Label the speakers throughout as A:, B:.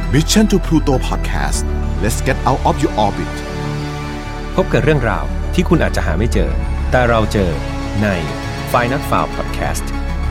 A: Mission to Pluto Podcast Let's get out of your orbit
B: พบกับเรื่องราวที่คุณอาจจะหาไม่เจอแต่เราเจอใน Find Not Found Podcast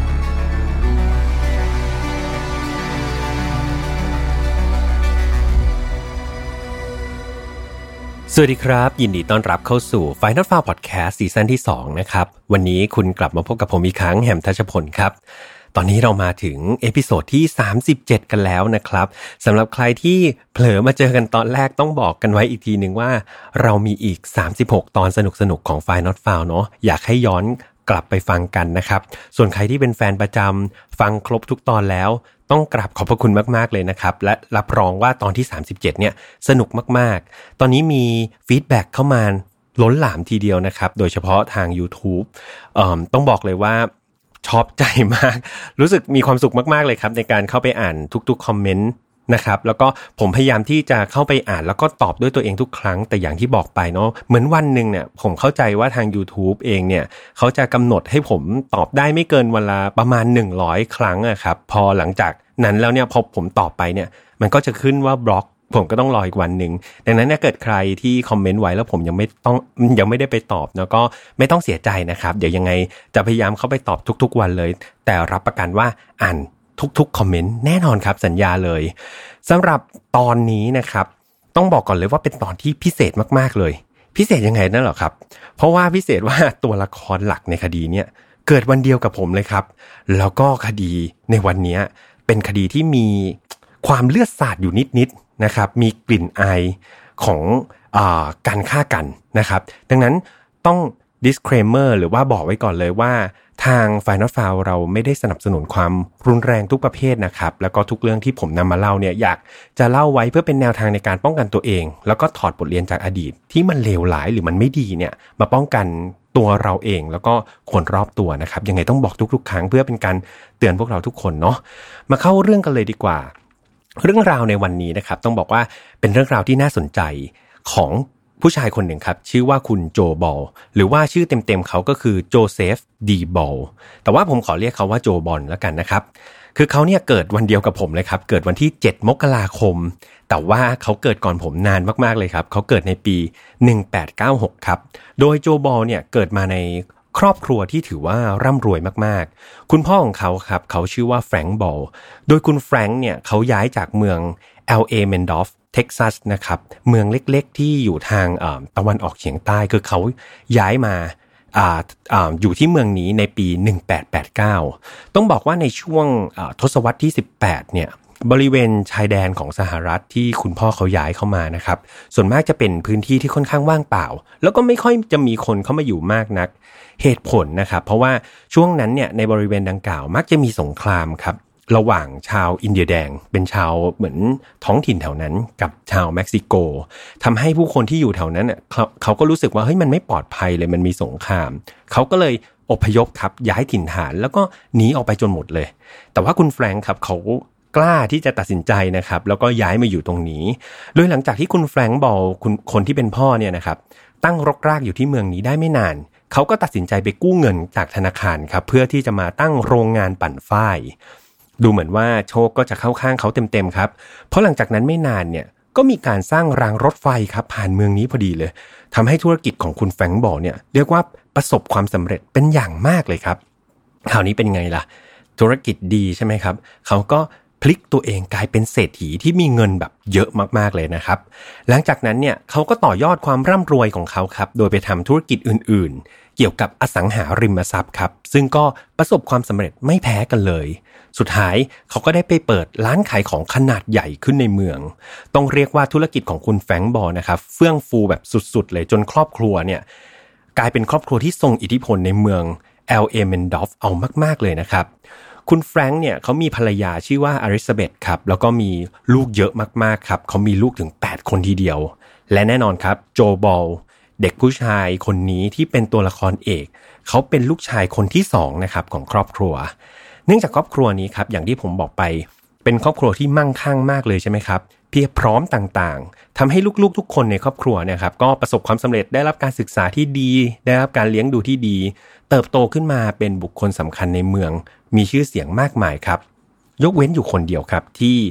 B: สวัสดีครับยินดีต้อนรับเข้าสู่ Find Not Found Podcast ซีซั่นที่2นะครับวันนี้คุณกลับมาพบกับผมอีกครั้งแหม่มทัชพลครับตอนนี้เรามาถึงเอพิโซดที่37กันแล้วนะครับสำหรับใครที่เผลอมาเจอกันตอนแรกต้องบอกกันไว้อีกทีนึงว่าเรามีอีก36ตอนสนุกๆของ Find Not Found เนาะอยากให้ย้อนกลับไปฟังกันนะครับส่วนใครที่เป็นแฟนประจำฟังครบทุกตอนแล้วต้องกราบขอบพระคุณมากๆเลยนะครับและรับรองว่าตอนที่37เนี่ยสนุกมากๆตอนนี้มีฟีดแบ็กเข้ามาล้นหลามทีเดียวนะครับโดยเฉพาะทาง YouTube ต้องบอกเลยว่าชอบใจมากรู้สึกมีความสุขมากๆเลยครับในการเข้าไปอ่านทุกๆคอมเมนต์นะครับแล้วก็ผมพยายามที่จะเข้าไปอ่านแล้วก็ตอบด้วยตัวเองทุกครั้งแต่อย่างที่บอกไปเนาะเหมือนวันนึงเนี่ยผมเข้าใจว่าทาง YouTube เองเนี่ยเขาจะกำหนดให้ผมตอบได้ไม่เกินวันละประมาณ100ครั้งอะครับพอหลังจากนั้นแล้วเนี่ยพอผมตอบไปเนี่ยมันก็จะขึ้นว่าบล็อกผมก็ต้องรออีกวันนึงดังนั้นเนี่ยเกิดใครที่คอมเมนต์ไว้แล้วผมยังไม่ได้ไปตอบแล้วก็ไม่ต้องเสียใจนะครับเดี๋ยวยังไงจะพยายามเข้าไปตอบทุกๆวันเลยแต่รับประกันว่าอ่านทุกคอมเมนต์แน่นอนครับสัญญาเลยสำหรับตอนนี้นะครับต้องบอกก่อนเลยว่าเป็นตอนที่พิเศษมากๆเลยพิเศษยังไงนั่นเหรอครับเพราะว่าพิเศษว่าตัวละครหลักในคดีเนี่ยเกิดวันเดียวกับผมเลยครับแล้วก็คดีในวันนี้เป็นคดีที่มีความเลือดสาดอยู่นิดๆนะครับมีกลิ่นอายของการฆ่ากันนะครับดังนั้นต้อง disclaimer หรือว่าบอกไว้ก่อนเลยว่าทาง Find Not Found เราไม่ได้สนับสนุนความรุนแรงทุกประเภทนะครับแล้วก็ทุกเรื่องที่ผมนำมาเล่าเนี่ยอยากจะเล่าไว้เพื่อเป็นแนวทางในการป้องกันตัวเองแล้วก็ถอดบทเรียนจากอดีตที่มันเลวร้ายหรือมันไม่ดีเนี่ยมาป้องกันตัวเราเองแล้วก็คนรอบตัวนะครับยังไงต้องบอกทุกๆครั้งเพื่อเป็นการเตือนพวกเราทุกคนเนาะมาเข้าเรื่องกันเลยดีกว่าเรื่องราวในวันนี้นะครับต้องบอกว่าเป็นเรื่องราวที่น่าสนใจของผู้ชายคนหนึ่งครับชื่อว่าคุณโจบอลหรือว่าชื่อเต็มๆเขาก็คือโจเซฟดีบอลแต่ว่าผมขอเรียกเขาว่าโจบอลแล้วกันนะครับคือเขาเนี่ยเกิดวันเดียวกับผมเลยครับเกิดวันที่7มกราคมแต่ว่าเขาเกิดก่อนผมนานมากๆเลยครับเขาเกิดในปี1896ครับโดยโจบอลเนี่ยเกิดมาในครอบครัวที่ถือว่าร่ำรวยมากๆคุณพ่อของเขาครับเขาชื่อว่าแฟรงค์บอลโดยคุณแฟรงค์เนี่ยเขาย้ายจากเมือง LA เมนดอฟเท็กซัสนะครับเมืองเล็กๆที่อยู่ทางตะวันออกเฉียงใต้คือเขาย้ายมาอยู่ที่เมืองนี้ในปี1889ต้องบอกว่าในช่วงทศวรรษที่18เนี่ยบริเวณชายแดนของสหรัฐที่คุณพ่อเขาย้ายเข้ามานะครับส่วนมากจะเป็นพื้นที่ที่ค่อนข้างว่างเปล่าแล้วก็ไม่ค่อยจะมีคนเข้ามาอยู่มากนักเหตุผลนะครับเพราะว่าช่วงนั้นเนี่ยในบริเวณดังกล่าวมักจะมีสงครามครับระหว่างชาวอินเดียแดงเป็นชาวเหมือนท้องถิ่นแถวนั้นกับชาวเม็กซิโกทำให้ผู้คนที่อยู่แถวนั้นเนี่ยเขาก็รู้สึกว่าเฮ้ยมันไม่ปลอดภัยเลยมันมีสงครามเขาก็เลยอพยพครับย้ายถิ่นฐานแล้วก็หนีออกไปจนหมดเลยแต่ว่าคุณแฟรงค์ครับเขากล้าที่จะตัดสินใจนะครับแล้วก็ย้ายมาอยู่ตรงนี้โดยหลังจากที่คุณแฟรงค์บอลคนที่เป็นพ่อเนี่ยนะครับตั้งรกรากอยู่ที่เมืองนี้ได้ไม่นานเขาก็ตัดสินใจไปกู้เงินจากธนาคารครับเพื่อที่จะมาตั้งโรงงานปั่นฝ้ายดูเหมือนว่าโชคก็จะเข้าข้างเขาเต็มๆครับเพราะหลังจากนั้นไม่นานเนี่ยก็มีการสร้างรางรถไฟครับผ่านเมืองนี้พอดีเลยทำให้ธุรกิจของคุณแฟรงค์บอลเนี่ยเรียกว่าประสบความสำเร็จเป็นอย่างมากเลยครับคราวนี้เป็นไงล่ะธุรกิจดีใช่ไหมครับเขาก็พลิกตัวเองกลายเป็นเศรษฐีที่มีเงินแบบเยอะมากๆเลยนะครับหลังจากนั้นเนี่ยเขาก็ต่อยอดความร่ำรวยของเขาครับโดยไปทำธุรกิจอื่นๆเกี่ยวกับอสังหาริมทรัพย์ครับซึ่งก็ประสบความสำเร็จไม่แพ้กันเลยสุดท้ายเขาก็ได้ไปเปิดร้านขายของขนาดใหญ่ขึ้นในเมืองต้องเรียกว่าธุรกิจของคุณแฟรงค์บอลนะครับเฟื่องฟูแบบสุดๆเลยจนครอบครัวเนี่ยกลายเป็นครอบครัวที่ทรงอิทธิพลในเมือง LA เมนดอฟเอามากๆเลยนะครับคุณแฟรงค์เนี่ยเขามีภรรยาชื่อว่าอลิซาเบธครับแล้วก็มีลูกเยอะมากๆครับเขามีลูกถึง8คนทีเดียวและแน่นอนครับโจบอลเด็กผู้ชายคนนี้ที่เป็นตัวละครเอกเขาเป็นลูกชายคนที่2นะครับของครอบครัวเนื่องจากครอบครัวนี้ครับอย่างที่ผมบอกไปเป็นครอบครัวที่มั่งคั่งมากเลยใช่ไหมครับเพียบพร้อมต่างๆทำให้ลูกๆทุกคนในครอบครัวเนี่ยครับก็ประสบความสำเร็จได้รับการศึกษาที่ดีได้รับการเลี้ยงดูที่ดีเติบโตขึ้นมาเป็นบุคคลสำคัญในเมืองมีชื่อเสียงมากมายครับยกเว้นอยู่คนเดียวครับที่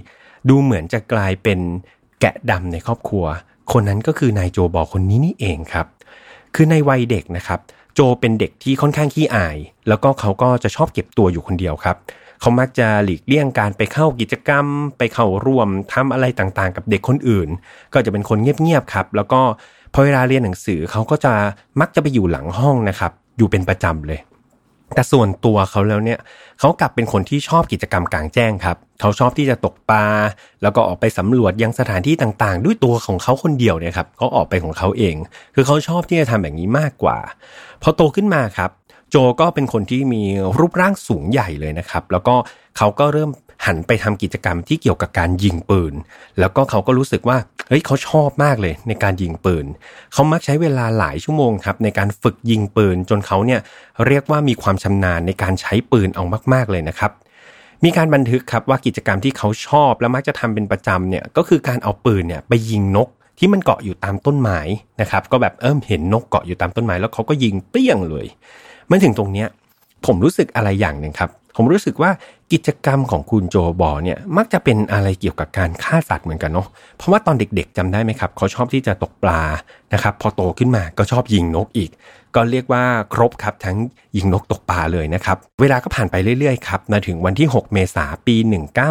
B: ดูเหมือนจะกลายเป็นแกะดำในครอบครัวคนนั้นก็คือนายโจบอคนนี้นี่เองครับคือในวัยเด็กนะครับโจเป็นเด็กที่ค่อนข้างขี้อายแล้วก็เขาก็จะชอบเก็บตัวอยู่คนเดียวครับเขามักจะหลีกเลี่ยงการไปเข้ากิจกรรมไปเข้าร่วมทำอะไรต่างๆกับเด็กคนอื่นก็จะเป็นคนเงียบๆครับแล้วก็พอเวลาเรียนหนังสือเขาก็จะมักจะไปอยู่หลังห้องนะครับอยู่เป็นประจำเลยแต่ส่วนตัวเขาแล้วเนี่ยเขากลับเป็นคนที่ชอบกิจกรรมกลางแจ้งครับเขาชอบที่จะตกปลาแล้วก็ออกไปสำรวจยังสถานที่ต่างๆด้วยตัวของเขาคนเดียวเนี่ยครับเขาออกไปของเขาเองคือเขาชอบที่จะทำแบบนี้มากกว่าพอโตขึ้นมาครับโจก็เป็นคนที่มีรูปร่างสูงใหญ่เลยนะครับแล้วก็เขาก็เริ่มหันไปทำกิจกรรมที่เกี่ยวกับการยิงปืนแล้วก็เขาก็รู้สึกว่าเฮ้ยเขาชอบมากเลยในการยิงปืนเขามักใช้เวลาหลายชั่วโมงครับในการฝึกยิงปืนจนเขาเนี่ยเรียกว่ามีความชำนาญในการใช้ปืนเอามากๆเลยนะครับมีการบันทึกครับว่ากิจกรรมที่เขาชอบและมักจะทำเป็นประจำเนี่ยก็คือการเอาปืนเนี่ยไปยิงนกที่มันเกาะอยู่ตามต้นไม้นะครับก็แบบเห็นนกเกาะอยู่ตามต้นไม้แล้วเขาก็ยิงเปี้ยงเลยเมื่อถึงตรงเนี้ยผมรู้สึกอะไรอย่างหนึ่งครับผมรู้สึกว่ากิจกรรมของคุณโจบอเนี่ยมักจะเป็นอะไรเกี่ยวกับการฆ่าสัตว์เหมือนกันเนาะเพราะว่าตอนเด็กๆจำได้ไหมครับเขาชอบที่จะตกปลานะครับพอโตขึ้นมาก็ชอบยิงนกอีกก็เรียกว่าครบครับทั้งยิงนกตกปลาเลยนะครับเวลาก็ผ่านไปเรื่อยๆครับมาถึงวันที่6 เมษายนปี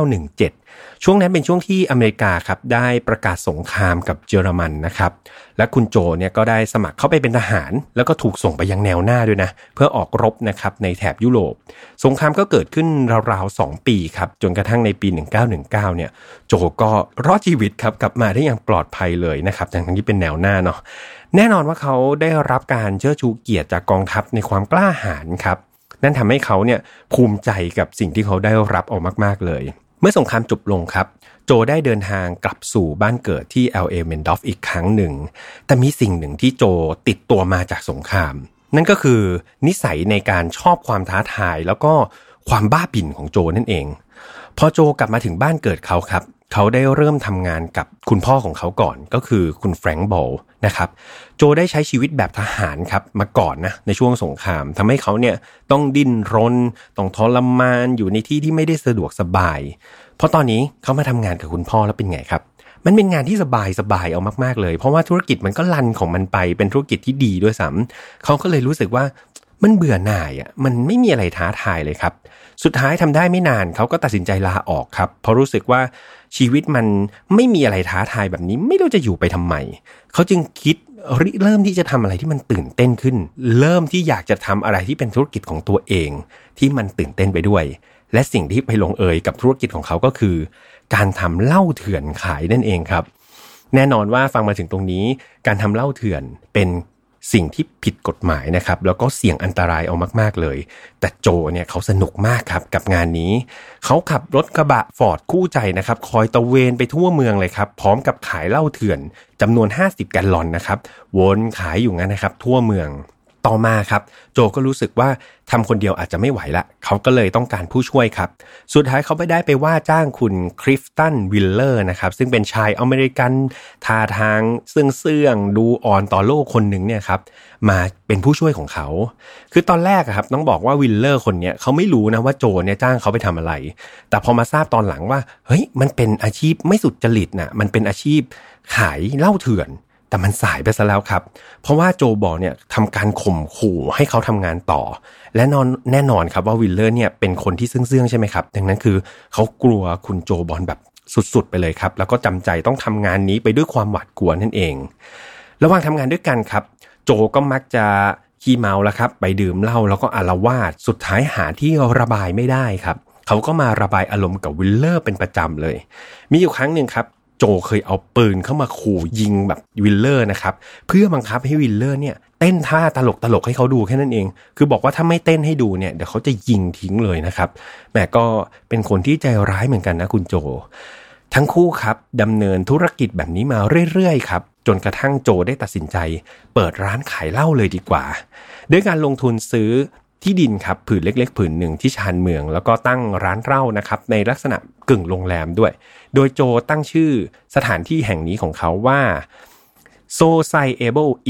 B: 1917ช่วงนั้นเป็นช่วงที่อเมริกาครับได้ประกาศสงครามกับเยอรมันนะครับและคุณโจเนี่ยก็ได้สมัครเข้าไปเป็นทหารแล้วก็ถูกส่งไปยังแนวหน้าด้วยนะเพื่อออกรบนะครับในแถบยุโรปสงครามก็เกิดขึ้นราวๆ2 ปีครับจนกระทั่งในปี1919เนี่ยโจก็รอดชีวิตครับกลับมาได้อย่างปลอดภัยเลยนะครับทั้งที่เป็นแนวหน้าเนาะแน่นอนว่าเขาได้รับการเชิดชูเกียรติจากกองทัพในความกล้าหาญครับนั่นทำให้เขาเนี่ยภูมิใจกับสิ่งที่เขาได้รับออกมากๆเลยเมื่อสงครามจบลงครับโจได้เดินทางกลับสู่บ้านเกิดที่ LA เมนดอฟอีกครั้งหนึ่งแต่มีสิ่งหนึ่งที่โจติดตัวมาจากสงครามนั่นก็คือนิสัยในการชอบความท้าทายแล้วก็ความบ้าบิ่นของโจนั่นเองพอโจกลับมาถึงบ้านเกิดเขาครับเขาได้เริ่มทำงานกับคุณพ่อของเขาก่อนก็คือคุณแฟรงค์บอลนะครับโจได้ใช้ชีวิตแบบทหารครับมาก่อนนะในช่วงสงครามทำให้เขาเนี่ยต้องดิ้นรนต้องทรมานอยู่ในที่ที่ไม่ได้สะดวกสบายเพราะตอนนี้เขามาทำงานกับคุณพ่อแล้วเป็นไงครับมันเป็นงานที่สบายเอามากๆเลยเพราะว่าธุรกิจมันก็รันของมันไปเป็นธุรกิจที่ดีด้วยซ้ำเขาก็เลยรู้สึกว่ามันเบื่อหน่ายอ่ะมันไม่มีอะไรท้าทายเลยครับสุดท้ายทำได้ไม่นานเขาก็ตัดสินใจลาออกครับเพราะรู้สึกว่าชีวิตมันไม่มีอะไรท้าทายแบบนี้ไม่รู้จะอยู่ไปทำไมเขาจึงคิดเริ่มที่จะทำอะไรที่มันตื่นเต้นขึ้นเริ่มที่อยากจะทำอะไรที่เป็นธุรกิจของตัวเองที่มันตื่นเต้นไปด้วยและสิ่งที่ไปลงเอยกับธุรกิจของเขาก็คือการทำเหล้าเถื่อนขายนั่นเองครับแน่นอนว่าฟังมาถึงตรงนี้การทำเหล้าเถื่อนเป็นสิ่งที่ผิดกฎหมายนะครับแล้วก็เสี่ยงอันตรายเอามากๆเลยแต่โจเนี่ยเขาสนุกมากครับกับงานนี้เขาขับรถกระบะฟอร์ดคู่ใจนะครับคอยตะเวนไปทั่วเมืองเลยครับพร้อมกับขายเหล้าเถื่อนจำนวน50 แกลลอนนะครับวนขายอยู่งั้นนะครับทั่วเมืองต่อมาครับโจก็รู้สึกว่าทำคนเดียวอาจจะไม่ไหวละเขาก็เลยต้องการผู้ช่วยครับสุดท้ายเขาได้ไปว่าจ้างคุณคริฟตันวิลเลอร์นะครับซึ่งเป็นชายอเมริกันท่าทางเสื่องดูอ่อนต่อโลกคนหนึ่งเนี่ยครับมาเป็นผู้ช่วยของเขาคือตอนแรกครับต้องบอกว่าวิลเลอร์คนนี้เขาไม่รู้นะว่าโจเนี่ยจ้างเขาไปทำอะไรแต่พอมาทราบตอนหลังว่าเฮ้ยมันเป็นอาชีพไม่สุจริตนะมันเป็นอาชีพขายเหล้าเถื่อนแต่มันสายไปซะแล้วครับเพราะว่าโจบอเนี่ยทำการข่มขู่ให้เขาทำงานต่อและแน่นอนครับว่าวิลเลอร์เนี่ยเป็นคนที่เสื่องใช่ไหมครับดังนั้นคือเขากลัวคุณโจบอแบบสุดๆไปเลยครับแล้วก็จำใจต้องทำงานนี้ไปด้วยความหวาดกลัวนั่นเองระหว่างทำงานด้วยกันครับโจก็มักจะขี้เมาแล้วครับไปดื่มเหล้าแล้วก็อาละวาดสุดท้ายหาที่ระบายไม่ได้ครับเขาก็มาระบายอารมณ์กับวิลเลอร์เป็นประจำเลยมีอยู่ครั้งนึงครับโจเคยเอาปืนเข้ามาขู่ยิงแบบวิลเลอร์นะครับเพื่อบังคับให้วิลเลอร์เนี่ยเต้นท่าตลกให้เขาดูแค่นั้นเองคือบอกว่าถ้าไม่เต้นให้ดูเนี่ยเดี๋ยวเขาจะยิงทิ้งเลยนะครับแม่ก็เป็นคนที่ใจร้ายเหมือนกันนะคุณโจทั้งคู่ครับดำเนินธุรกิจแบบนี้มาเรื่อยๆครับจนกระทั่งโจได้ตัดสินใจเปิดร้านขายเหล้าเลยดีกว่าด้วยการลงทุนซื้อที่ดินครับผืนเล็กๆผืนหนึ่งที่ชานเมืองแล้วก็ตั้งร้านเหล้านะครับในลักษณะกึ่งโรงแรมด้วยโดยโจตั้งชื่อสถานที่แห่งนี้ของเขาว่า Sociable Inn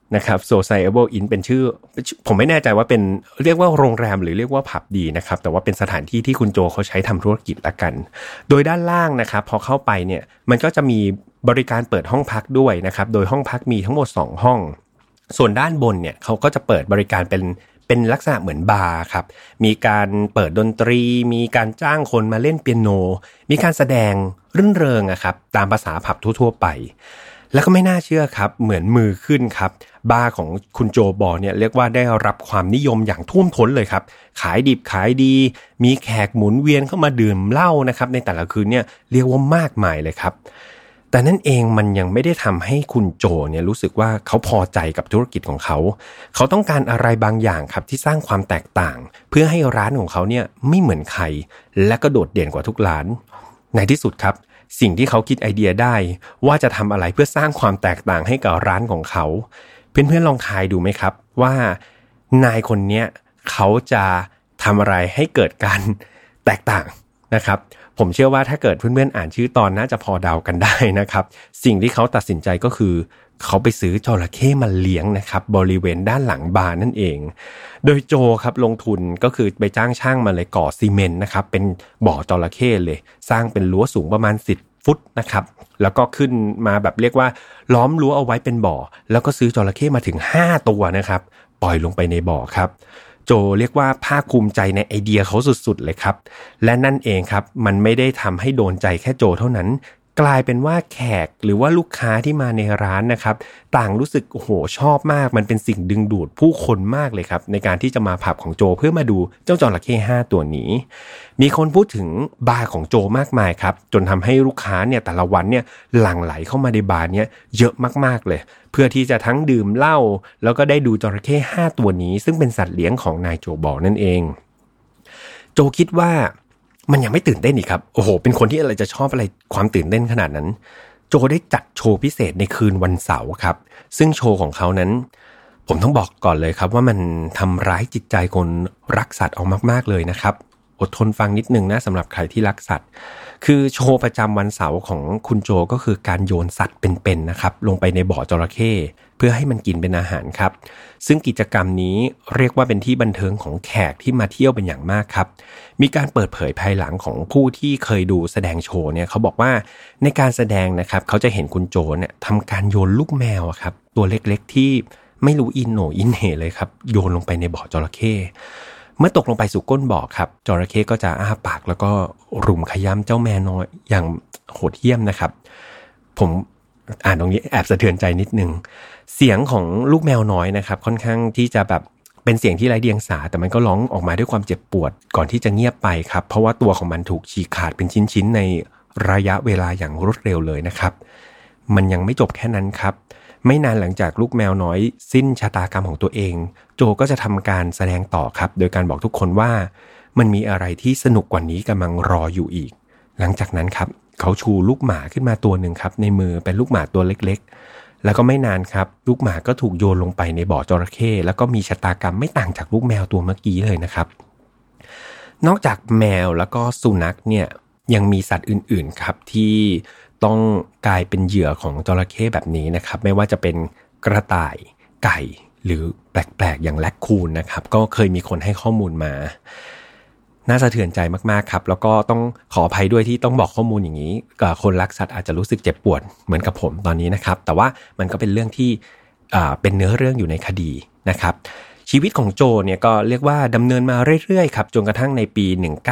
B: นะครับ Sociable Inn เป็นชื่อผมไม่แน่ใจว่าเป็นเรียกว่าโรงแรมหรือเรียกว่าผับดีนะครับแต่ว่าเป็นสถานที่ที่คุณโจเขาใช้ทำธุรกิจละกันโดยด้านล่างนะครับพอเข้าไปเนี่ยมันก็จะมีบริการเปิดห้องพักด้วยนะครับโดยห้องพักมีทั้งหมด2ห้องส่วนด้านบนเนี่ยเขาก็จะเปิดบริการเป็นลักษณะเหมือนบาร์ครับมีการเปิดดนตรีมีการจ้างคนมาเล่นเปียโนมีการแสดงรื่นเริงอะครับตามภาษาผับทั่วๆไปแล้วก็ไม่น่าเชื่อครับเหมือนมือขึ้นครับบาร์ของคุณโจบอกเนี่ยเรียกว่าได้รับความนิยมอย่างท่วมท้นเลยครับขายดิบขายดีมีแขกหมุนเวียนเข้ามาดื่มเหล้านะครับในแต่ละคืนเนี่ยเรียกว่ามากมายเลยครับแต่นั่นเองมันยังไม่ได้ทำให้คุณโจเนี่ยรู้สึกว่าเขาพอใจกับธุรกิจของเขาเขาต้องการอะไรบางอย่างครับที่สร้างความแตกต่างเพื่อให้ร้านของเขาเนี่ยไม่เหมือนใครและก็โดดเด่นกว่าทุกร้านในที่สุดครับสิ่งที่เขาคิดไอเดียได้ว่าจะทำอะไรเพื่อสร้างความแตกต่างให้กับร้านของเขาเพื่อนๆลองทายดูไหมครับว่านายคนนี้เขาจะทำอะไรให้เกิดการแตกต่างนะครับผมเชื่อว่าถ้าเกิดเพื่อนๆอ่านชื่อตอนน่าจะพอเดากันได้นะครับสิ่งที่เขาตัดสินใจก็คือเขาไปซื้อจระเข้มาเลี้ยงนะครับบริเวณด้านหลังบาร์นั่นเองโดยโจครับลงทุนก็คือไปจ้างช่างมาเลยก่อซีเมนต์นะครับเป็นบ่อจระเข้เลยสร้างเป็นรั้วสูงประมาณ10 ฟุตนะครับแล้วก็ขึ้นมาแบบเรียกว่าล้อมรั้วเอาไว้เป็นบ่อแล้วก็ซื้อจระเข้มาถึง5 ตัวนะครับปล่อยลงไปในบ่อครับโจเรียกว่าภาคภูมิใจในไอเดียเขาสุดๆเลยครับและนั่นเองครับมันไม่ได้ทำให้โดนใจแค่โจเท่านั้นกลายเป็นว่าแขกหรือว่าลูกค้าที่มาในร้านนะครับต่างรู้สึกโอ้โหชอบมากมันเป็นสิ่งดึงดูดผู้คนมากเลยครับในการที่จะมาผับของโจเพื่อมาดูเจ้าจระเข้5 ตัวนี้มีคนพูดถึงบาร์ของโจมากมายครับจนทำให้ลูกค้าเนี่ยแต่ละวันเนี่ยหลั่งไหลเข้ามาในบาร์เนี่ยเยอะมากๆเลยเพื่อที่จะทั้งดื่มเหล้าแล้วก็ได้ดูจระเข้5 ตัวนี้ซึ่งเป็นสัตว์เลี้ยงของนายโจบอกนั่นเองโจคิดว่ามันยังไม่ตื่นเต้นอีกครับโอ้โหเป็นคนที่อะไรจะชอบอะไรความตื่นเต้นขนาดนั้นโจได้จัดโชว์พิเศษในคืนวันเสาร์ครับซึ่งโชว์ของเขานั้นผมต้องบอกก่อนเลยครับว่ามันทำร้ายจิตใจคนรักสัตว์เอามากๆเลยนะครับอดทนฟังนิดนึงนะสำหรับใครที่รักสัตว์คือโชว์ประจำวันเสาร์ของคุณโจก็คือการโยนสัตว์เป็นๆนะครับลงไปในบ่อจระเข้เพื่อให้มันกินเป็นอาหารครับซึ่งกิจกรรมนี้เรียกว่าเป็นที่บันเทิงของแขกที่มาเที่ยวเป็นอย่างมากครับมีการเปิดเผยภายหลังของผู้ที่เคยดูแสดงโชว์เนี่ยเขาบอกว่าในการแสดงนะครับเขาจะเห็นคุณโจเนี่ยทำการโยนลูกแมวครับตัวเล็กๆที่ไม่รู้อินโหนอินเหเลยครับโยนลงไปในบ่อจระเข้เมื่อตกลงไปสู่ก้นบ่อครับจระเข้ก็จะอ้าปากแล้วก็รุมขย้ำเจ้าแมวน้อยอย่างโหดเหี้ยมนะครับผมอ่านตรงนี้แอบสะเทือนใจนิดนึงเสียงของลูกแมวน้อยนะครับค่อนข้างที่จะแบบเป็นเสียงที่ไร้เดียงสาแต่มันก็ร้องออกมาด้วยความเจ็บปวดก่อนที่จะเงียบไปครับเพราะว่าตัวของมันถูกฉีกขาดเป็นชิ้นๆในระยะเวลาอย่างรวดเร็วเลยนะครับมันยังไม่จบแค่นั้นครับไม่นานหลังจากลูกแมวน้อยสิ้นชะตากรรมของตัวเองโจก็จะทำการแสดงต่อครับโดยการบอกทุกคนว่ามันมีอะไรที่สนุกกว่านี้กำลังรออยู่อีกหลังจากนั้นครับเขาชูลูกหมาขึ้นมาตัวหนึ่งครับในมือเป็นลูกหมาตัวเล็กๆแล้วก็ไม่นานครับลูกหมาก็ถูกโยนลงไปในบ่อจระเข้แล้วก็มีชะตากรรมไม่ต่างจากลูกแมวตัวเมื่อกี้เลยนะครับนอกจากแมวแล้วก็สุนัขเนี่ยยังมีสัตว์อื่นๆครับที่ต้องกลายเป็นเหยื่อของจระเข้แบบนี้นะครับไม่ว่าจะเป็นกระต่ายไก่หรือแปลกๆอย่างแรคคูนนะครับก็เคยมีคนให้ข้อมูลมาน่าสะเทือนใจมากๆครับแล้วก็ต้องขออภัยด้วยที่ต้องบอกข้อมูลอย่างนี้คนรักสัตว์อาจจะรู้สึกเจ็บปวดเหมือนกับผมตอนนี้นะครับแต่ว่ามันก็เป็นเรื่องที่เป็นเนื้อเรื่องอยู่ในคดีนะครับชีวิตของโจเนี่ยก็เรียกว่าดำเนินมาเรื่อยๆครับจนกระทั่งในปี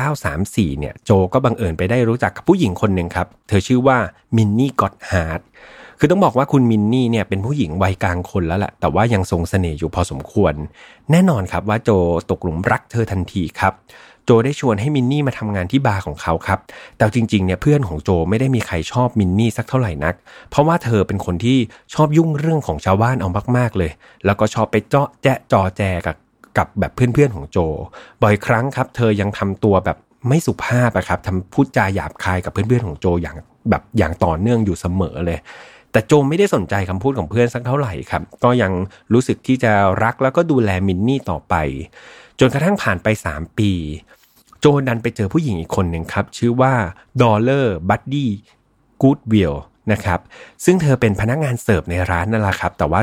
B: 1934เนี่ยโจก็บังเอิญไปได้รู้จักกับผู้หญิงคนหนึ่งครับเธอชื่อว่ามินนี่ก็อตฮาร์ทคือต้องบอกว่าคุณมินนี่เนี่ยเป็นผู้หญิงวัยกลางคนแล้วแหละแต่ว่ายังทรงเสน่ห์อยู่พอสมควรแน่นอนครับว่าโจตกหลุมรักเธอทันทีครับโจได้ชวนให้มินนี่มาทำงานที่บาร์ของเขาครับแต่จริงๆเนี่ยเพื่อนของโจไม่ได้มีใครชอบมินนี่สักเท่าไหร่นักเพราะว่าเธอเป็นคนที่ชอบยุ่งเรื่องของชาวบ้านเอามากๆเลยแล้วก็ชอบไปเจาะแจ๊ะจอแจกับแบบเพื่อนๆของโจบ่อยครั้งครับเธอยังทำตัวแบบไม่สุภาพอะครับทำพูดจาหยาบคายกับเพื่อนๆของโจอย่างต่อเนื่องอยู่เสมอเลยแต่โจไม่ได้สนใจคำพูดของเพื่อนสักเท่าไหร่ครับก็ยังรู้สึกที่จะรักแล้วก็ดูแลมินนี่ต่อไปจนกระทั่งผ่านไป3 ปีโจดันไปเจอผู้หญิงอีกคนหนึ่งครับชื่อว่าดอลเลอร์บัดดี้กู๊ดวิลนะครับซึ่งเธอเป็นพนักงานเสิร์ฟในร้านนั่นแหละครับแต่ว่าเธอ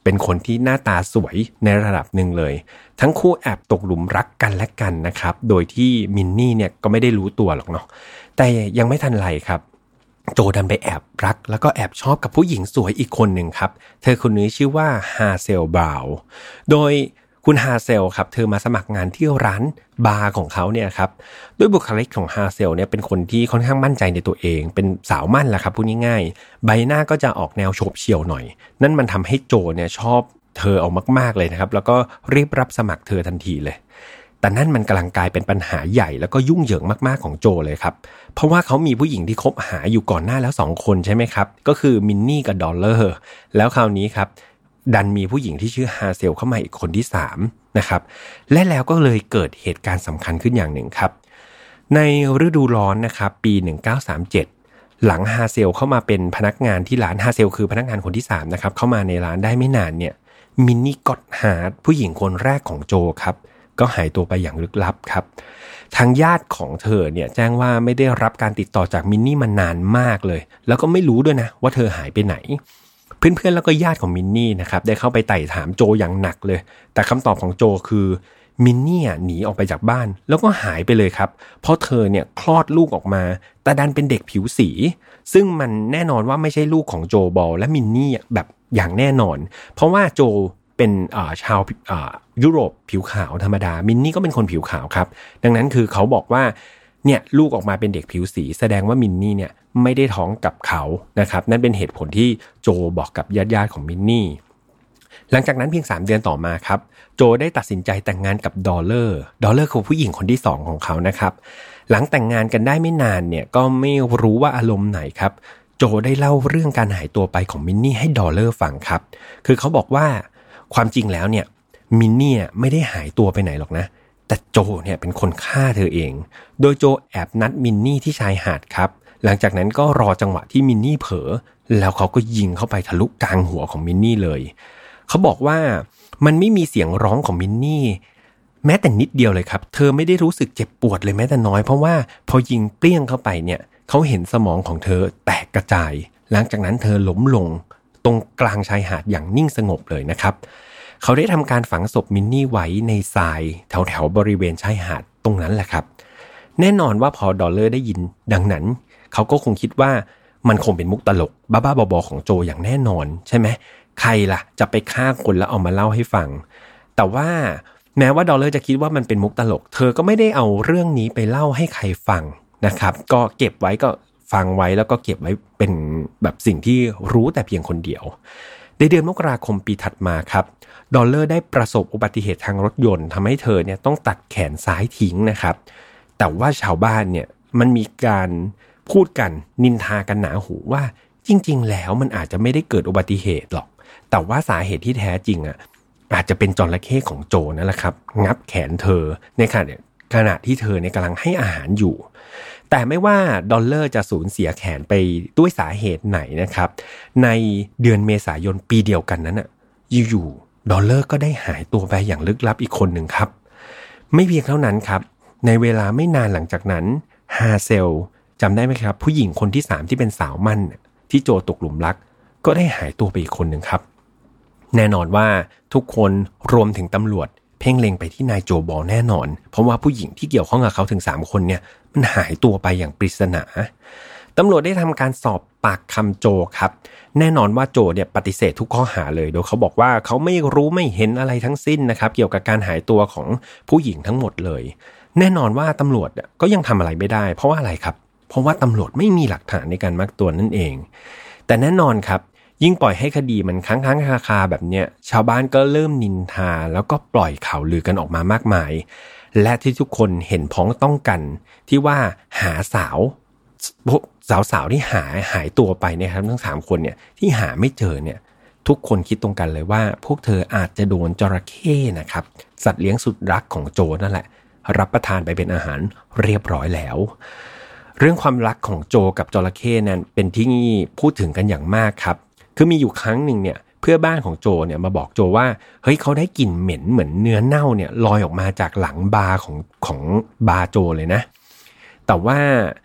B: เป็นคนที่หน้าตาสวยในระดับหนึ่งเลยทั้งคู่แอบตกหลุมรักกันและกันนะครับโดยที่มินนี่เนี่ยก็ไม่ได้รู้ตัวหรอกเนาะแต่ยังไม่ทันไรครับโจดันไปแอบรักแล้วก็แอบชอบกับผู้หญิงสวยอีกคนหนึ่งครับเธอคนนี้ชื่อว่าฮาเซลบราวน์โดยคุณฮาเซลครับเธอมาสมัครงานที่ร้านบาร์ของเขาเนี่ยครับด้วยบุคลิกของฮาเซลเนี่ยเป็นคนที่ค่อนข้างมั่นใจในตัวเองเป็นสาวมั่นแหละครับพูดง่ายๆใบหน้าก็จะออกแนวโฉบเฉี่ยวหน่อยนั่นมันทำให้โจเนี่ยชอบเธอเอามากๆเลยนะครับแล้วก็รีบรับสมัครเธอทันทีเลยแต่นั่นมันกำลังกลายเป็นปัญหาใหญ่แล้วก็ยุ่งเหยิงมากๆของโจเลยครับเพราะว่าเขามีผู้หญิงที่คบหาอยู่ก่อนหน้าแล้ว2คนใช่ไหมครับก็คือมินนี่กับดอลเลอร์แล้วคราวนี้ครับดันมีผู้หญิงที่ชื่อฮาเซลเข้ามาอีกคนที่3นะครับและแล้วก็เลยเกิดเหตุการณ์สำคัญขึ้นอย่างหนึ่งครับในฤดูร้อนนะครับปี1937หลังฮาเซลเข้ามาเป็นพนักงานที่ร้านฮาเซลคือพนักงานคนที่3นะครับเข้ามาในร้านได้ไม่นานเนี่ยมินนี่ก็อตฮาร์ทผู้หญิงคนแรกของโจครับก็หายตัวไปอย่างลึกลับครับทางญาติของเธอเนี่ยแจ้งว่าไม่ได้รับการติดต่อจากมินนี่มานานมากเลยแล้วก็ไม่รู้ด้วยนะว่าเธอหายไปไหนเพื่อนๆแล้วก็ญาติของมินนี่นะครับได้เข้าไปไต่ถามโจอย่างหนักเลยแต่คำตอบของโจคือมินนี่หนีออกไปจากบ้านแล้วก็หายไปเลยครับเพราะเธอเนี่ยคลอดลูกออกมาแต่ดันเป็นเด็กผิวสีซึ่งมันแน่นอนว่าไม่ใช่ลูกของโจบอลและมินนี่แบบอย่างแน่นอนเพราะว่าโจเป็นชาวยุโรปผิวขาวธรรมดามินนี่ก็เป็นคนผิวขาวครับดังนั้นคือเขาบอกว่าเนี่ยลูกออกมาเป็นเด็กผิวสีแสดงว่ามินนี่เนี่ยไม่ได้ท้องกับเขานะครับนั่นเป็นเหตุผลที่โจบอกกับญาติๆของมินนี่หลังจากนั้นเพียง3เดือนต่อมาครับโจได้ตัดสินใจแต่งงานกับดอลเลอร์คือผู้หญิงคนที่2ของเขานะครับหลังแต่งงานกันได้ไม่นานเนี่ยก็ไม่รู้ว่าอารมณ์ไหนครับโจได้เล่าเรื่องการหายตัวไปของมินนี่ให้ดอลเลอร์ฟังครับคือเขาบอกว่าความจริงแล้วเนี่ยมินนี่ไม่ได้หายตัวไปไหนหรอกนะแต่โจเนี่ยเป็นคนฆ่าเธอเองโดยโจแอบนัดมินนี่ที่ชายหาดครับหลังจากนั้นก็รอจังหวะที่มินนี่เผลอแล้วเขาก็ยิงเข้าไปทะลุกลางหัวของมินนี่เลยเขาบอกว่ามันไม่มีเสียงร้องของมินนี่แม้แต่นิดเดียวเลยครับเธอไม่ได้รู้สึกเจ็บปวดเลยแม้แต่น้อยเพราะว่าพอยิงเปรี้ยงเข้าไปเนี่ยเขาเห็นสมองของเธอแตกกระจายหลังจากนั้นเธอล้มลงตรงกลางชายหาดอย่างนิ่งสงบเลยนะครับเขาได้ทำการฝังศพมินนี่ไว้ในทรายแถวๆบริเวณชายหาดตรงนั้นแหละครับแน่นอนว่าพอดอลเลอร์ได้ยินดังนั้นเขาก็คงคิดว่ามันคงเป็นมุกตลกบ้าๆบอๆของโจอย่างแน่นอนใช่ไหมใครล่ะจะไปฆ่าคนแล้วเอามาเล่าให้ฟังแต่ว่าแม้ว่าดอลเลอร์จะคิดว่ามันเป็นมุกตลกเธอก็ไม่ได้เอาเรื่องนี้ไปเล่าให้ใครฟังนะครับก็เก็บไว้ก็ฟังไว้แล้วก็เก็บไว้เป็นแบบสิ่งที่รู้แต่เพียงคนเดียวในเดือนมกราคมปีถัดมาครับดอลเลอร์ได้ประสบอุบัติเหตุทางรถยนต์ทำให้เธอเนี่ยต้องตัดแขนซ้ายทิ้งนะครับแต่ว่าชาวบ้านเนี่ยมันมีการพูดกันนินทากันหนาหูว่าจริงๆแล้วมันอาจจะไม่ได้เกิดอุบัติเหตุหรอกแต่ว่าสาเหตุที่แท้จริงอาจจะเป็นจระเข้ของโจนั่นแหละครับงับแขนเธอในขณะที่เธอเนี่ยกำลังให้อาหารอยู่แต่ไม่ว่าดอลเลอร์จะสูญเสียแขนไปด้วยสาเหตุไหนนะครับในเดือนเมษายนปีเดียวกันนั้นอยู่ๆดอลเลอร์ก็ได้หายตัวไปอย่างลึกลับอีกคนหนึ่งครับไม่เพียงเท่านั้นครับในเวลาไม่นานหลังจากนั้นฮาเซลจำได้ไหมครับผู้หญิงคนที่3ที่เป็นสาวมั่นที่โจตกหลุมรักก็ได้หายตัวไปอีกคนหนึ่งครับแน่นอนว่าทุกคนรวมถึงตำรวจเพ่งเล็งไปที่นายโจบอลแน่นอนเพราะว่าผู้หญิงที่เกี่ยวข้องกับเขาถึง3คนเนี่ยมันหายตัวไปอย่างปริศนาตำรวจได้ทำการสอบปากคำโจครับแน่นอนว่าโจเนี่ยปฏิเสธทุกข้อหาเลยโดยเขาบอกว่าเขาไม่รู้ไม่เห็นอะไรทั้งสิ้นนะครับเกี่ยวกับการหายตัวของผู้หญิงทั้งหมดเลยแน่นอนว่าตำรวจก็ยังทำอะไรไม่ได้เพราะว่าอะไรครับเพราะว่าตำรวจไม่มีหลักฐานในการมัดตัวนั่นเองแต่แน่นอนครับยิ่งปล่อยให้คดีมันค้างคาแบบเนี้ยชาวบ้านก็เริ่มนินทาแล้วก็ปล่อยข่าวลือกันออกมามากมายและที่ทุกคนเห็นพ้องต้องกันที่ว่าหาสาวที่หายตัวไปเนี่ยครับทั้ง3คนเนี่ยที่หาไม่เจอเนี่ยทุกคนคิดตรงกันเลยว่าพวกเธออาจจะโดนจระเข้นะครับสัตว์เลี้ยงสุดรักของโจนั่นแหละรับประทานไปเป็นอาหารเรียบร้อยแล้วเรื่องความรักของโจกับจระเข้นั้นเป็นที่พูดถึงกันอย่างมากครับคือมีอยู่ครั้งหนึ่งเนี่ยเพื่อนบ้านของโจเนี่ยมาบอกโจว่าเฮ้ยเขาได้กลิ่นเหม็นเหมือนเนื้อเน่าเนี่ยลอยออกมาจากหลังบาร์ของบาร์โจเลยนะแต่ว่า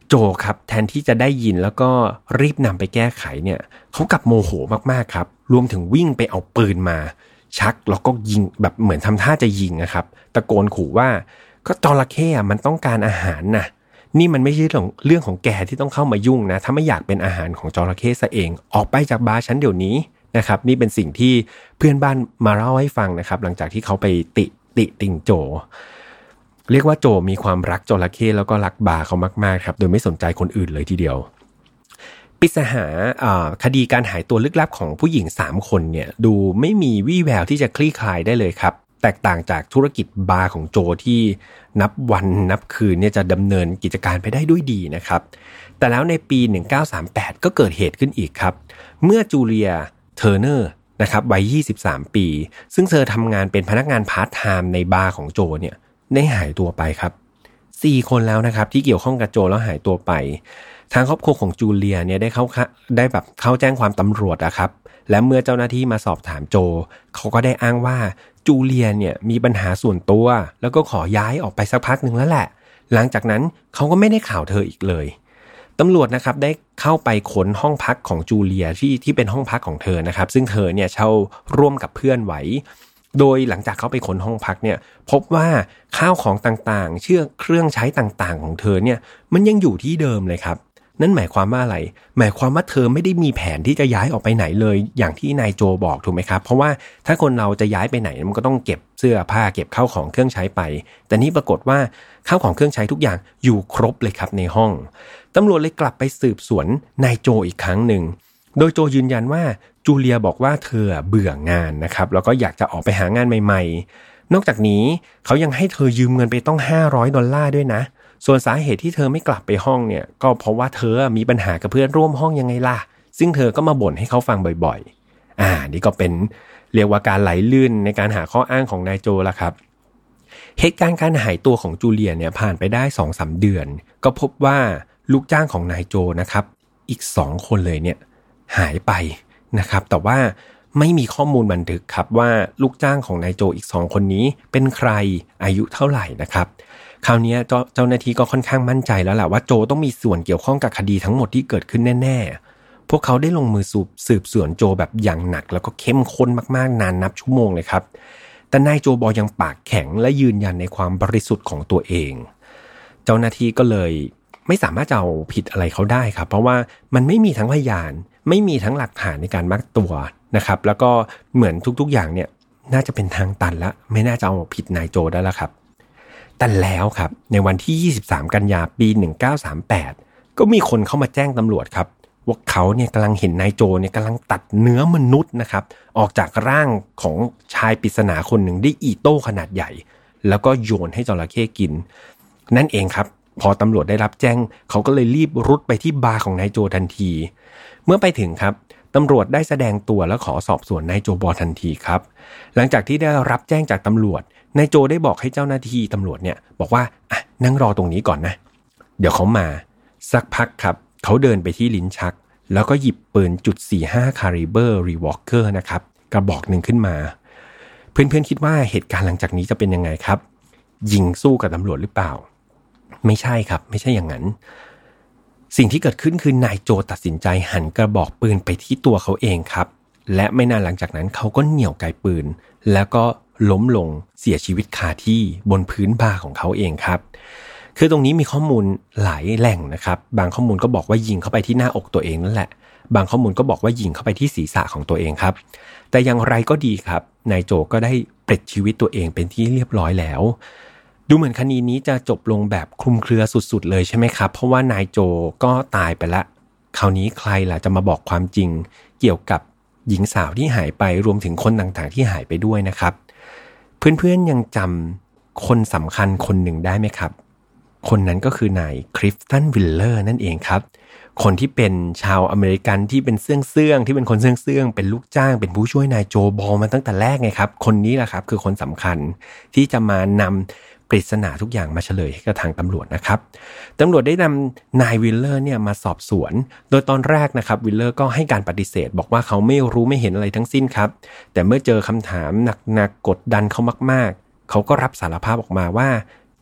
B: โจครับแทนที่จะได้ยินแล้วก็รีบนำไปแก้ไขเนี่ยเขากลับโมโหมากๆครับรวมถึงวิ่งไปเอาปืนมาชักแล้วก็ยิงแบบเหมือนทำท่าจะยิงนะครับตะโกนขู่ว่าก็จระเข้มันต้องการอาหารนะนี่มันไม่ใช่เรื่องของแกที่ต้องเข้ามายุ่งนะถ้าไม่อยากเป็นอาหารของจระเข้ซะเองออกไปจากบาร์ฉันเดี๋ยวนี้นะครับนี่เป็นสิ่งที่เพื่อนบ้านมาเล่าให้ฟังนะครับหลังจากที่เขาไปติติงโจเรียกว่าโจมีความรักจระเข้แล้วก็รักบาร์เขามากๆครับโดยไม่สนใจคนอื่นเลยทีเดียวปริศนาคดีการหายตัวลึกลับของผู้หญิง3คนเนี่ยดูไม่มีวี่แววที่จะคลี่คลายได้เลยครับแตกต่างจากธุรกิจบาร์ของโจที่นับวันนับคืนเนี่ยจะดำเนินกิจการไปได้ด้วยดีนะครับแต่แล้วในปี1938ก็เกิดเหตุขึ้นอีกครับเมื่อจูเลียเทอร์เนอร์นะครับวัย23ปีซึ่งเธอทำงานเป็นพนักงานพาร์ทไทม์ในบาร์ของโจเนี่ยได้หายตัวไปครับ4คนแล้วนะครับที่เกี่ยวข้องกับโจแล้วหายตัวไปทางครอบครัวของจูเลียเนี่ยได้เข้าแจ้งความตำรวจอะครับและเมื่อเจ้าหน้าที่มาสอบถามโจเขาก็ได้อ้างว่าจูเลียเนี่ยมีปัญหาส่วนตัวแล้วก็ขอย้ายออกไปสักพักนึงแล้วแหละหลังจากนั้นเขาก็ไม่ได้ข่าวเธออีกเลยตำรวจนะครับได้เข้าไปค้นห้องพักของจูเลียที่เป็นห้องพักของเธอนะครับซึ่งเธอเนี่ยเช่าร่วมกับเพื่อนไว้โดยหลังจากเข้าไปค้นห้องพักเนี่ยพบว่าข้าวของต่างๆเครื่องใช้ต่างๆของเธอเนี่ยมันยังอยู่ที่เดิมเลยครับนั่นหมายความว่าอะไรหมายความว่าเธอไม่ได้มีแผนที่จะย้ายออกไปไหนเลยอย่างที่นายโจบอกถูกไหมครับเพราะว่าถ้าคนเราจะย้ายไปไหนมันก็ต้องเก็บเสื้อผ้าเก็บข้าวของเครื่องใช้ไปแต่นี่ปรากฏว่าข้าวของเครื่องใช้ทุกอย่างอยู่ครบเลยครับในห้องตำรวจเลยกลับไปสืบสวนนายโจอีกครั้งหนึ่งโดยโจยืนยันว่าจูเลียบอกว่าเธอเบื่องานนะครับแล้วก็อยากจะออกไปหางานใหม่ๆนอกจากนี้เขายังให้เธอยืมเงินไปต้อง$500ด้วยนะส่วนสาเหตุที่เธอไม่กลับไปห้องเนี่ยก็เพราะว่าเธอมีปัญหากับเพื่อนร่วมห้องยังไงล่ะซึ่งเธอก็มาบ่นให้เขาฟังบ่อยๆนี่ก็เป็นเรียกว่าการไหลลื่นในการหาข้ออ้างของนายโจละครับเหตุการณ์การหายตัวของจูเลียเนี่ยผ่านไปได้ 2-3 เดือนก็พบว่าลูกจ้างของนายโจนะครับอีก2คนเลยเนี่ยหายไปนะครับแต่ว่าไม่มีข้อมูลบันทึกครับว่าลูกจ้างของนายโจอีก2คนนี้เป็นใครอายุเท่าไหร่นะครับคราวนี้เจ้าหน้าที่ก็ค่อนข้างมั่นใจแล้วแหละว่าโจต้องมีส่วนเกี่ยวข้องกับคดีทั้งหมดที่เกิดขึ้นแน่ๆพวกเขาได้ลงมือสืบสวนโจแบบอย่างหนักแล้วก็เข้มข้นมากๆนานนับชั่วโมงเลยครับแต่นายโจบอกยังปากแข็งและยืนยันในความบริสุทธิ์ของตัวเองเจ้าหน้าที่ก็เลยไม่สามารถจะเอาผิดอะไรเขาได้ครับเพราะว่ามันไม่มีทั้งพยานไม่มีทั้งหลักฐานในการมัดตัวนะครับแล้วก็เหมือนทุกๆอย่างเนี่ยน่าจะเป็นทางตันแล้วไม่น่าจะเอาผิดนายโจได้แล้วครับแต่แล้วครับในวันที่23กันยายนปี1938ก็มีคนเข้ามาแจ้งตำรวจครับว่าเขาเนี่ยกำลังเห็นนายโจเนี่ยกำลังตัดเนื้อมนุษย์นะครับออกจากร่างของชายปริศนาคนหนึ่งด้วยอีโต้ขนาดใหญ่แล้วก็โยนให้จระเข้กินนั่นเองครับพอตำรวจได้รับแจ้งเขาก็เลยรีบรุดไปที่บาร์ของนายโจทันทีเมื่อไปถึงครับตำรวจได้แสดงตัวและขอสอบสวนนายโจบอทันทีครับหลังจากที่ได้รับแจ้งจากตำรวจนายโจได้บอกให้เจ้าหน้าที่ตำรวจเนี่ยบอกว่านั่งรอตรงนี้ก่อนนะเดี๋ยวเขามาสักพักครับเขาเดินไปที่ลิ้นชักแล้วก็หยิบปืน.45 Caliber Revolver นะครับกระบอกหนึ่งขึ้นมาเพื่อนๆคิดว่าเหตุการณ์หลังจากนี้จะเป็นยังไงครับยิงสู้กับตำรวจหรือเปล่าไม่ใช่ครับไม่ใช่อย่างนั้นสิ่งที่เกิดขึ้นคือนายโจตัดสินใจหันกระบอกปืนไปที่ตัวเขาเองครับและไม่นานหลังจากนั้นเขาก็เหนี่ยวไกปืนแล้วก็ล้มลงเสียชีวิตคาที่บนพื้นบาร์ของเขาเองครับคือตรงนี้มีข้อมูลหลายแหล่งนะครับบางข้อมูลก็บอกว่ายิงเข้าไปที่หน้าอกตัวเองนั่นแหละบางข้อมูลก็บอกว่ายิงเข้าไปที่ศีรษะของตัวเองครับแต่อย่างไรก็ดีครับนายโจก็ได้ปลิดชีวิตตัวเองเป็นที่เรียบร้อยแล้วดูเหมือนคดีนี้จะจบลงแบบคลุมเครือสุดๆเลยใช่ไหมครับเพราะว่านายโจก็ตายไปละคราวนี้ใครล่ะจะมาบอกความจริงเกี่ยวกับหญิงสาวที่หายไปรวมถึงคนต่างๆที่หายไปด้วยนะครับเพื่อนๆยังจำคนสำคัญคนหนึ่งได้ไหมครับคนนั้นก็คือนายคริฟตันวิลเลอร์นั่นเองครับคนที่เป็นชาวอเมริกันที่เป็นเสื่องที่เป็นคนเสื่องเป็นลูกจ้างเป็นผู้ช่วยนายโจบอลมาตั้งแต่แรกไงครับคนนี้แหละครับคือคนสำคัญที่จะมานำปริศนาทุกอย่างมาเฉลยให้กับทางตำรวจนะครับตำรวจได้นำนายวิลเลอร์เนี่ยมาสอบสวนโดยตอนแรกนะครับวิลเลอร์ก็ให้การปฏิเสธบอกว่าเขาไม่รู้ไม่เห็นอะไรทั้งสิ้นครับแต่เมื่อเจอคำถามหนักๆกดดันเขามากๆเขาก็รับสารภาพออกมาว่า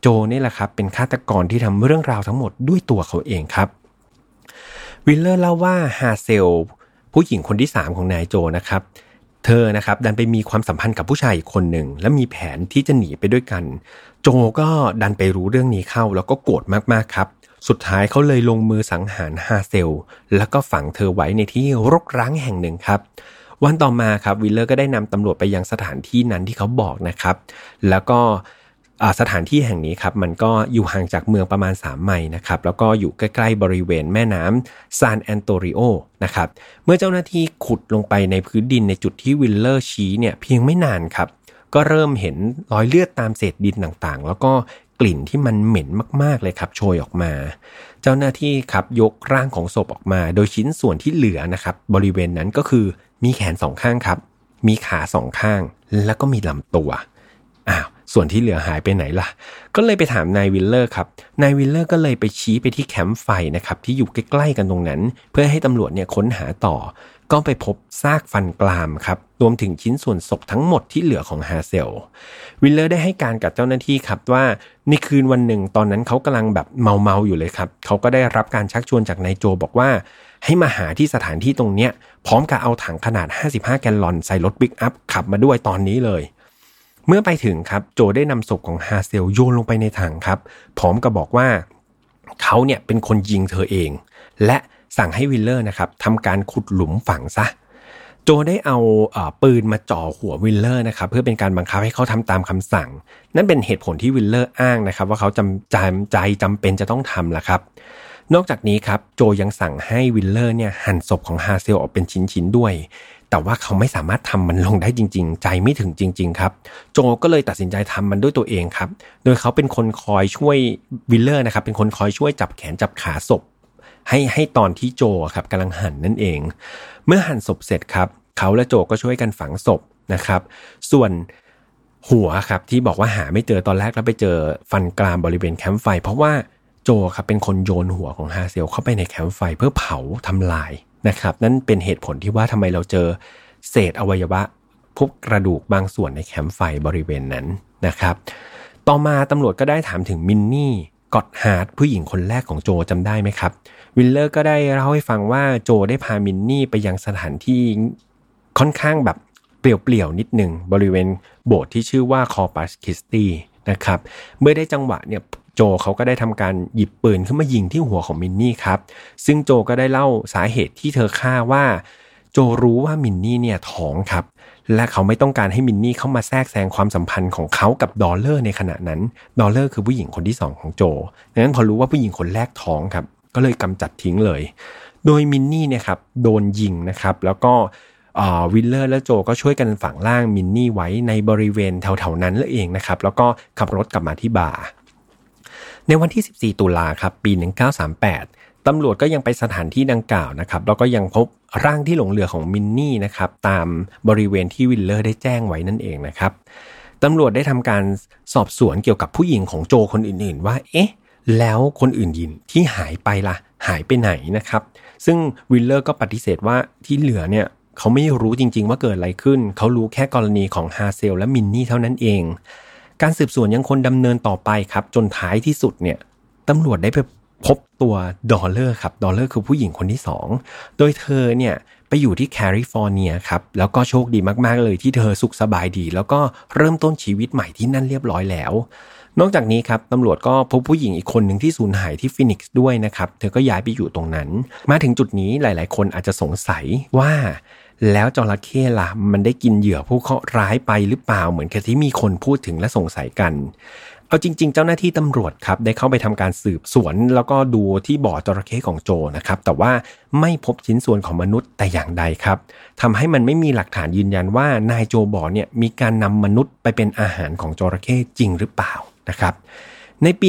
B: โจนี่แหละครับเป็นฆาตกรที่ทำเรื่องราวทั้งหมดด้วยตัวเขาเองครับวิลเลอร์เล่าว่าฮาเซลผู้หญิงคนที่3ของนายโจนะครับเธอนะครับดันไปมีความสัมพันธ์กับผู้ชายอีกคนหนึ่งและมีแผนที่จะหนีไปด้วยกันโจก็ดันไปรู้เรื่องนี้เข้าแล้วก็โกรธมากๆครับสุดท้ายเขาเลยลงมือสังหารฮาเซลแล้วก็ฝังเธอไว้ในที่รกร้างแห่งหนึ่งครับวันต่อมาครับวิลเลอร์ก็ได้นำตำรวจไปยังสถานที่นั้นที่เขาบอกนะครับแล้วก็สถานที่แห่งนี้ครับมันก็อยู่ห่างจากเมืองประมาณ3 ไมล์นะครับแล้วก็อยู่ใกล้ๆบริเวณแม่น้ำซานแอนโตริโอนะครับเมื่อเจ้าหน้าที่ขุดลงไปในพื้นดินในจุดที่วิลเลอร์ชี้เนี่ยเพียงไม่นานครับก็เริ่มเห็นรอยเลือดตามเศษดินต่างๆแล้วก็กลิ่นที่มันเหม็นมากๆเลยครับโชยออกมาเจ้าหน้าที่ครับยกร่างของศพออกมาโดยชิ้นส่วนที่เหลือนะครับบริเวณนั้นก็คือมีแขน2 ข้างครับมีขา2 ข้างแล้วก็มีลำตัวส่วนที่เหลือหายไปไหนล่ะก็เลยไปถามนายวิลเลอร์ครับนายวิลเลอร์ก็เลยไปชี้ไปที่แคมป์ไฟนะครับที่อยู่ใกล้ๆกันตรงนั้นเพื่อให้ตำรวจเนี่ยค้นหาต่อก็ไปพบซากฟันกรามครับรวมถึงชิ้นส่วนศพทั้งหมดที่เหลือของฮาเซลวิลเลอร์ได้ให้การกับเจ้าหน้าที่ครับว่าในคืนวันหนึ่งตอนนั้นเขากำลังแบบเมาอยู่เลยครับเขาก็ได้รับการชักชวนจากนายโจบอกว่าให้มาหาที่สถานที่ตรงเนี้ยพร้อมกับเอาถังขนาด55 แกลลอนใส่รถปิกอัพขับมาด้วยตอนนี้เลยเมื่อไปถึงครับโจได้นำศพของฮาเซลโยนลงไปในถังครับพร้อมกับบอกว่าเขาเนี่ยเป็นคนยิงเธอเองและสั่งให้วิลเลอร์นะครับทำการขุดหลุมฝังซะโจได้เอาปืนมาจ่อหัววิลเลอร์นะครับเพื่อเป็นการบังคับให้เขาทำตามคำสั่งนั่นเป็นเหตุผลที่วิลเลอร์อ้างนะครับว่าเขาจำเป็นจะต้องทำละครับนอกจากนี้ครับโจยังสั่งให้วิลเลอร์เนี่ยหั่นศพของฮาเซลออกเป็นชิ้นๆด้วยแต่ว่าเขาไม่สามารถทำมันลงได้จริงๆใจไม่ถึงจริงๆครับโจก็เลยตัดสินใจทำมันด้วยตัวเองครับโดยเขาเป็นคนคอยช่วยวิลเลอร์นะครับเป็นคนคอยช่วยจับแขนจับขาศพให้ตอนที่โจครับกำลังหั่นนั่นเองเมื่อหั่นศพเสร็จครับเขาและโจก็ช่วยกันฝังศพนะครับส่วนหัวครับที่บอกว่าหาไม่เจอตอนแรกแล้วไปเจอฟันกรามบริเวณแคมป์ไฟเพราะว่าโจครับเป็นคนโยนหัวของฮาเซลเข้าไปในแคมป์ไฟเพื่อเผาทำลายนะครับนั่นเป็นเหตุผลที่ว่าทำไมเราเจอเศษอวัยวะพวกกระดูกบางส่วนในแคมป์ไฟบริเวณนั้นนะครับต่อมาตำรวจก็ได้ถามถึงมินนี่กอตฮาร์ดผู้หญิงคนแรกของโจจำได้ไหมครับวิลเลอร์ก็ได้เล่าให้ฟังว่าโจได้พามินนี่ไปยังสถานที่ค่อนข้างแบบเปลี่ยวๆนิดหนึ่งบริเวณโบสถ์ที่ชื่อว่าคอร์ปัสคริสตีนะครับเมื่อได้จังหวะเนี่ยโจเขาก็ได้ทำการหยิบปืนขึ้นมายิงที่หัวของมินนี่ครับซึ่งโจก็ได้เล่าสาเหตุที่เธอฆ่าว่าโจรู้ว่ามินนี่เนี่ยท้องครับและเขาไม่ต้องการให้มินนี่เข้ามาแทรกแซงความสัมพันธ์ของเขากับดอลเลอร์ในขณะนั้นดอลเลอร์คือผู้หญิงคนที่2ของโจดังนั้นพอรู้ว่าผู้หญิงคนแรกท้องครับก็เลยกำจัดทิ้งเลยโดยมินนี่เนี่ยครับโดนยิงนะครับแล้วก็วิลเลอร์และโจก็ช่วยกันฝังร่างมินนี่ไว้ในบริเวณแถวๆนั้นเองนะครับแล้วก็ขับรถกลับมาที่บาร์ในวันที่14 ตุลาครับปี1938ตำรวจก็ยังไปสถานที่ดังกล่าวนะครับแล้วก็ยังพบร่างที่หลงเหลือของมินนี่นะครับตามบริเวณที่วิลเลอร์ได้แจ้งไว้นั่นเองนะครับตำรวจได้ทำการสอบสวนเกี่ยวกับผู้หญิงของโจคนอื่นๆว่าแล้วคนอื่นยินที่หายไปล่ะหายไปไหนนะครับซึ่งวิลเลอร์ก็ปฏิเสธว่าที่เหลือเนี่ยเขาไม่รู้จริงๆว่าเกิดอะไรขึ้นเขารู้แค่กรณีของฮาเซลและมินนี่เท่านั้นเองการสืบสวนยังคงดำเนินต่อไปครับจนท้ายที่สุดเนี่ยตำรวจได้ไปพบตัวดอลเลอร์ครับดอลเลอร์คือผู้หญิงคนที่2โดยเธอเนี่ยไปอยู่ที่แคลิฟอร์เนียครับแล้วก็โชคดีมากๆเลยที่เธอสุขสบายดีแล้วก็เริ่มต้นชีวิตใหม่ที่นั่นเรียบร้อยแล้วนอกจากนี้ครับตำรวจก็พบผู้หญิงอีกคนหนึ่งที่สูญหายที่ฟินิกซ์ด้วยนะครับเธอก็ย้ายไปอยู่ตรงนั้นมาถึงจุดนี้หลายๆคนอาจจะสงสัยว่าแล้วจระเข้ล่ะมันได้กินเหยื่อผู้เคราะห์ร้ายไปหรือเปล่าเหมือนที่มีคนพูดถึงและสงสัยกันเอาจริงๆเจ้าหน้าที่ตำรวจครับได้เข้าไปทำการสืบสวนแล้วก็ดูที่บ่อจระเข้ของโจนะครับแต่ว่าไม่พบชิ้นส่วนของมนุษย์แต่อย่างใดครับทำให้มันไม่มีหลักฐานยืนยันว่านายโจบอเนี่ยมีการนำมนุษย์ไปเป็นอาหารของจระเข้จริงหรือเปล่านะครับในปี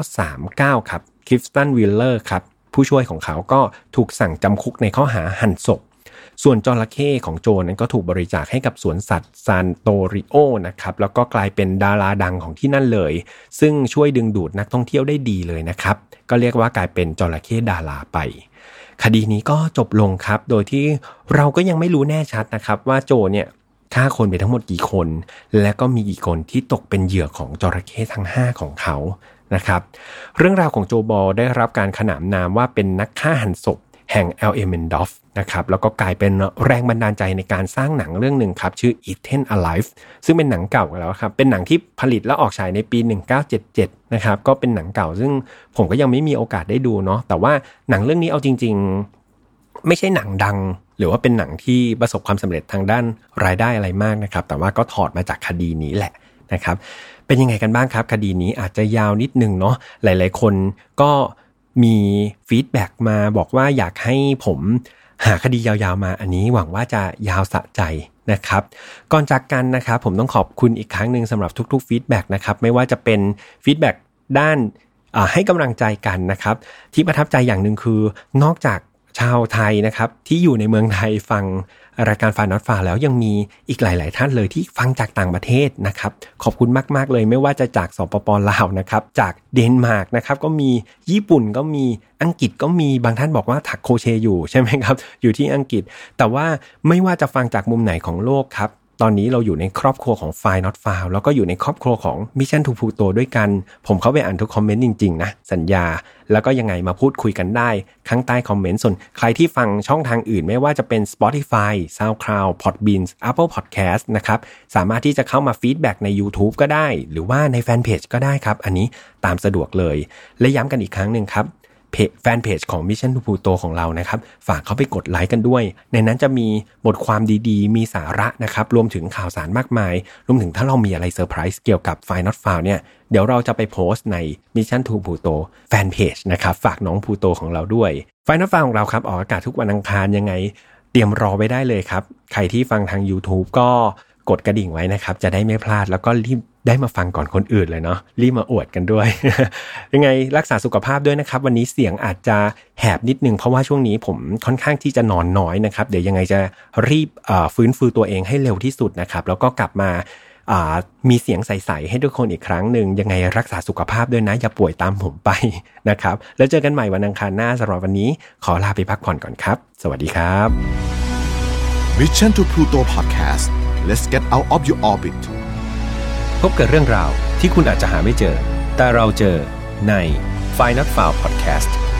B: 1939ครับคริฟตันวิลเลอร์ครับผู้ช่วยของเขาก็ถูกสั่งจำคุกในข้อหาหั่นศพส่วนจระเข้ของโจนั้นก็ถูกบริจาคให้กับสวนสัตว์ซานโตริโอนะครับแล้วก็กลายเป็นดาราดังของที่นั่นเลยซึ่งช่วยดึงดูดนักท่องเที่ยวได้ดีเลยนะครับก็เรียกว่ากลายเป็นจระเข้ดาราไปคดีนี้ก็จบลงครับโดยที่เราก็ยังไม่รู้แน่ชัดนะครับว่าโจเนี่ยฆ่าคนไปทั้งหมดกี่คนและก็มีกี่คนที่ตกเป็นเหยื่อของจระเข้ทั้ง5ของเขานะครับเรื่องราวของโจบอลได้รับการขนานนามว่าเป็นนักฆ่าหันศพแห่ง L.A. Madoff นะครับแล้วก็กลายเป็นแรงบันดาลใจในการสร้างหนังเรื่องหนึ่งครับชื่อ Eaten Alive ซึ่งเป็นหนังเก่าแล้วครับเป็นหนังที่ผลิตและออกฉายในปี1977นะครับก็เป็นหนังเก่าซึ่งผมก็ยังไม่มีโอกาสได้ดูเนาะแต่ว่าหนังเรื่องนี้เอาจริงๆไม่ใช่หนังดังหรือว่าเป็นหนังที่ประสบความสำเร็จทางด้านรายได้อะไรมากนะครับแต่ว่าก็ถอดมาจากคดีนี้แหละนะครับเป็นยังไงกันบ้างครับคดีนี้อาจจะยาวนิดนึงเนาะหลายๆคนก็มีฟีดแบ็กมาบอกว่าอยากให้ผมหาคดียาวๆมาอันนี้หวังว่าจะยาวสะใจนะครับก่อนจากกันนะครับผมต้องขอบคุณอีกครั้งนึงสำหรับทุกๆฟีดแบ็กนะครับไม่ว่าจะเป็นฟีดแบ็กด้านให้กำลังใจกันนะครับที่ประทับใจอย่างนึงคือนอกจากชาวไทยนะครับที่อยู่ในเมืองไทยฟังรายการ File Not File แล้วยังมีอีกหลายๆท่านเลยที่ฟังจากต่างประเทศนะครับขอบคุณมากๆเลยไม่ว่าจะจากสปป.ลาวนะครับจากเดนมาร์กนะครับก็มีญี่ปุ่นก็มีอังกฤษก็มีบางท่านบอกว่าถักโครเชต์อยู่ใช่ไหมครับอยู่ที่อังกฤษแต่ว่าไม่ว่าจะฟังจากมุมไหนของโลกครับตอนนี้เราอยู่ในครอบครัวของ File Not File แล้วก็อยู่ในครอบครัวของ Mission to Pluto ด้วยกันผมเข้าไปอ่านทุกคอมเมนต์จริงๆนะสัญญาแล้วก็ยังไงมาพูดคุยกันได้ข้างใต้คอมเมนต์ส่วนใครที่ฟังช่องทางอื่นไม่ว่าจะเป็น Spotify SoundCloud Podbean Apple Podcast นะครับสามารถที่จะเข้ามาฟีดแบ็กใน YouTube ก็ได้หรือว่าในแฟนเพจก็ได้ครับอันนี้ตามสะดวกเลยและย้ำกันอีกครั้งนึงครับแฟนเพจของ Mission to Pluto ของเรานะครับฝากเข้าไปกดไลค์กันด้วยในนั้นจะมีบทความดีๆมีสาระนะครับรวมถึงข่าวสารมากมายรวมถึงถ้าเรามีอะไรเซอร์ไพรส์เกี่ยวกับ File Not File เนี่ยเดี๋ยวเราจะไปโพสต์ใน Mission to Pluto แฟนเพจนะครับฝากน้อง Pluto ของเราด้วย File Not File ของเราครับออกอากาศทุกวันอังคารยังไงเตรียมรอไว้ได้เลยครับใครที่ฟังทาง YouTube ก็กดกระดิ่งไว้นะครับจะได้ไม่พลาดแล้วก็รีบได้มาฟังก่อนคนอื่นเลยเนาะรีบมาอวดกันด้วย ยังไงรักษาสุขภาพด้วยนะครับวันนี้เสียงอาจจะแหบนิดนึงเพราะว่าช่วงนี้ผมค่อนข้างที่จะนอนน้อยนะครับเดี๋ยวยังไงจะรีบฟื้นฟูตัวเองให้เร็วที่สุดนะครับแล้วก็กลับมามีเสียงใสๆให้ทุกคนอีกครั้งนึงยังไงรักษาสุขภาพด้วยนะอย่าป่วยตามผมไปนะครับแล้วเจอกันใหม่วันอังคารหน้าสำหรับวันนี้ขอลาไปพักผ่อนก่อนครับสวัสดีครับ
A: Mission to Pluto Podcast Let's get out of your orbit
B: พบกับเรื่องราวที่คุณอาจจะหาไม่เจอแต่เราเจอใน File Not File Podcast